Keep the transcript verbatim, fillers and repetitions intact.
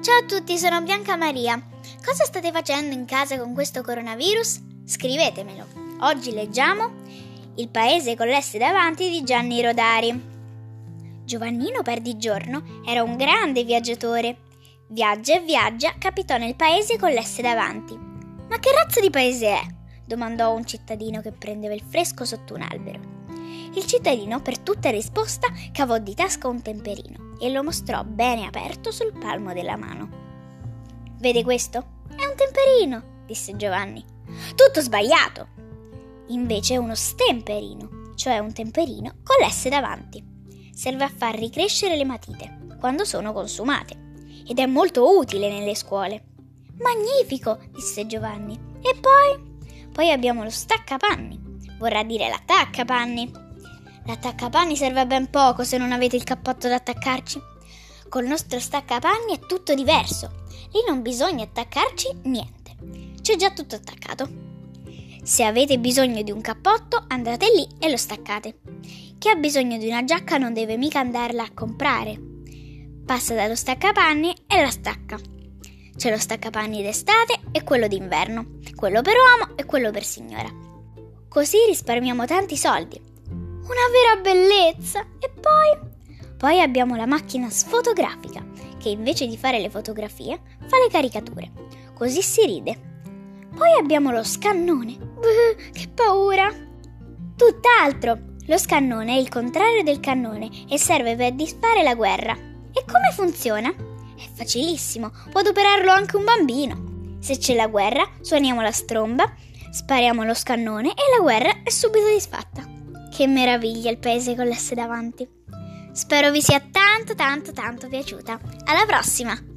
Ciao a tutti, sono Bianca Maria. Cosa state facendo in casa con questo coronavirus? Scrivetemelo. Oggi leggiamo Il paese con l'S davanti di Gianni Rodari. Giovannino Perdigiorno era un grande viaggiatore. Viaggia e viaggia, capitò nel paese con l'S davanti. Ma che razza di paese è? Domandò un cittadino che prendeva il fresco sotto un albero. Il cittadino, per tutta risposta, cavò di tasca un temperino e lo mostrò bene aperto sul palmo della mano. «Vede questo? È un temperino», disse Giovanni. «Tutto sbagliato! Invece è uno stemperino, cioè un temperino con l'S davanti. Serve a far ricrescere le matite quando sono consumate ed è molto utile nelle scuole». «Magnifico!» disse Giovanni. «E poi?» «Poi abbiamo lo staccapanni, vorrà dire l'attaccapanni». «L'attaccapanni serve a ben poco se non avete il cappotto da attaccarci. Col nostro staccapanni è tutto diverso. Lì non bisogna attaccarci niente. C'è già tutto attaccato. Se avete bisogno di un cappotto, andate lì e lo staccate. Chi ha bisogno di una giacca non deve mica andarla a comprare. Passa dallo staccapanni e la stacca. C'è lo staccapanni d'estate e quello d'inverno, quello per uomo e quello per signora. Così risparmiamo tanti soldi. Una vera bellezza! E poi? Poi abbiamo la macchina sfotografica, che invece di fare le fotografie, fa le caricature. Così si ride. Poi abbiamo lo scannone. Buh, che paura! Tutt'altro! Lo scannone è il contrario del cannone e serve per disfare la guerra. E come funziona? È facilissimo, può adoperarlo anche un bambino. Se c'è la guerra, suoniamo la stromba, spariamo lo scannone e la guerra è subito disfatta. Che meraviglia il paese con l'S davanti. Spero vi sia tanto tanto tanto piaciuta. Alla prossima!